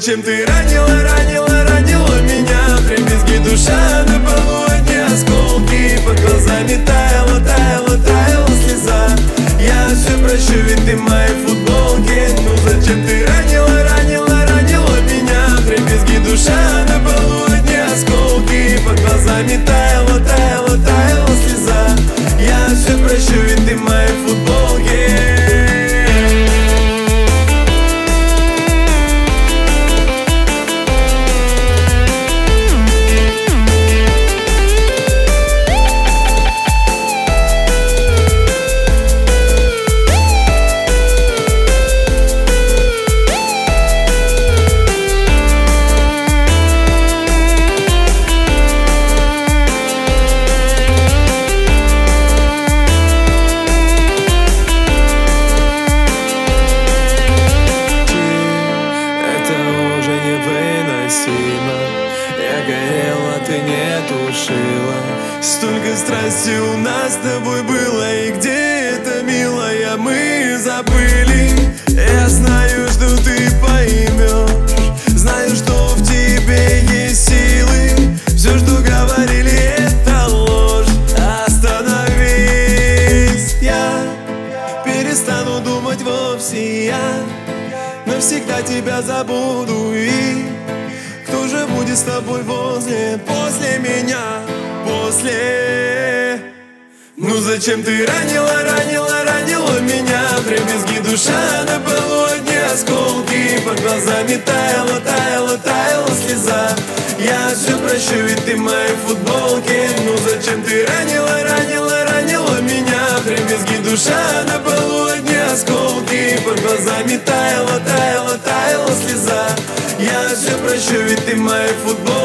зачем ты ранила меня? Вдребезги душа на полу, одни осколки. Под глазами таяла слеза. Я все прощу, ведь ты в моей футболке. Ну зачем ты ранила меня? Вдребезги душа на полу, одни осколки. Под глазами таяла слеза. Я все прощу, ведь ты в моей футболке. Я горела, ты не тушила. Столько страсти у нас с тобой было. И где это, милая, мы забыли. Я знаю, что ты поймешь. Знаю, что в тебе есть силы. Все, что говорили, это ложь. Остановись, я перестану думать вовсе. Я навсегда тебя забуду. И кто же будет с тобой после меня, после? Ну зачем ты ранила меня? Вдребезги душа на полу, одни осколки. Под глазами таяла слеза. Я все прощу, ведь ты в моей футболке. Ну зачем ты ранила меня? Вдребезги душа на полу, одни осколки. Под глазами таяла слеза. Я все прощу, ведь ты в моей футболке.